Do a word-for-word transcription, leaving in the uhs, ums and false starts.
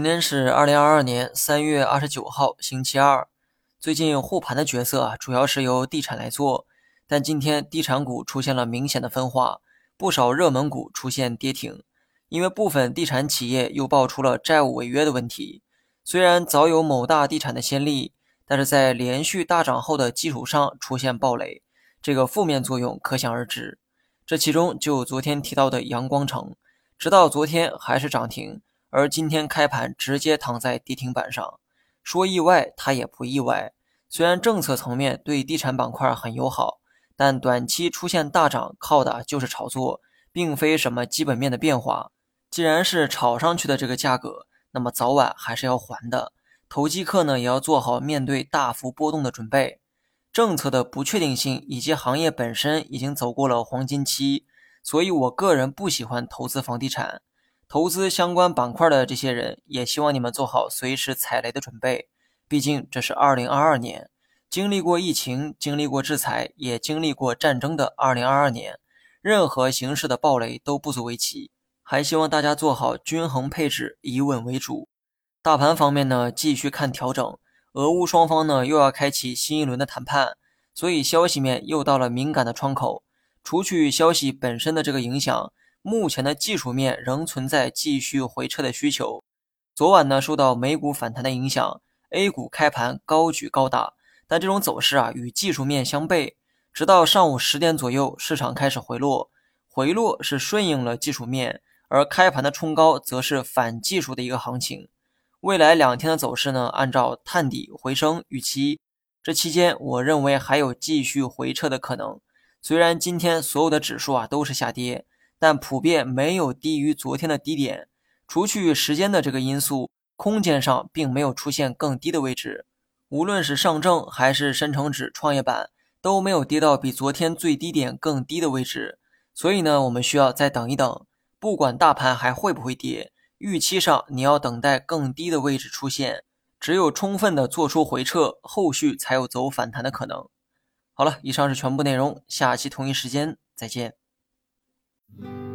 天是二零二二年三月二十九号，星期二。最近护盘的角色啊，主要是由地产来做，但今天地产股出现了明显的分化，不少热门股出现跌停，因为部分地产企业又爆出了债务违约的问题。虽然早有某大地产的先例，但是在连续大涨后的基础上出现暴雷，这个负面作用可想而知。这其中就昨天提到的阳光城，直到昨天还是涨停，而今天开盘直接躺在跌停板上。说意外它也不意外，虽然政策层面对地产板块很友好，但短期出现大涨靠的就是炒作，并非什么基本面的变化。既然是炒上去的这个价格，那么早晚还是要还的，投机客呢也要做好面对大幅波动的准备。政策的不确定性以及行业本身已经走过了黄金期，所以我个人不喜欢投资房地产。投资相关板块的这些人，也希望你们做好随时踩雷的准备。毕竟这是二零二二年，经历过疫情、经历过制裁，也经历过战争的二零二二年，任何形式的暴雷都不足为奇。还希望大家做好均衡配置，以稳为主。大盘方面呢，继续看调整。俄乌双方呢又要开启新一轮的谈判，所以消息面又到了敏感的窗口。除去消息本身的这个影响，目前的技术面仍存在继续回撤的需求。昨晚呢，受到美股反弹的影响 ，A 股开盘高举高打，但这种走势啊与技术面相悖。直到上午十点左右，市场开始回落，回落是顺应了技术面，而开盘的冲高则是反技术的一个行情。未来两天的走势呢，按照探底回升预期，这期间我认为还有继续回撤的可能。虽然今天所有的指数啊都是下跌，但普遍没有低于昨天的低点，除去时间的这个因素，空间上并没有出现更低的位置。无论是上证还是深成指创业板都没有跌到比昨天最低点更低的位置，所以呢，我们需要再等一等，不管大盘还会不会跌，预期上你要等待更低的位置出现，只有充分的做出回撤，后续才有走反弹的可能。好了，以上是全部内容，下期同一时间再见。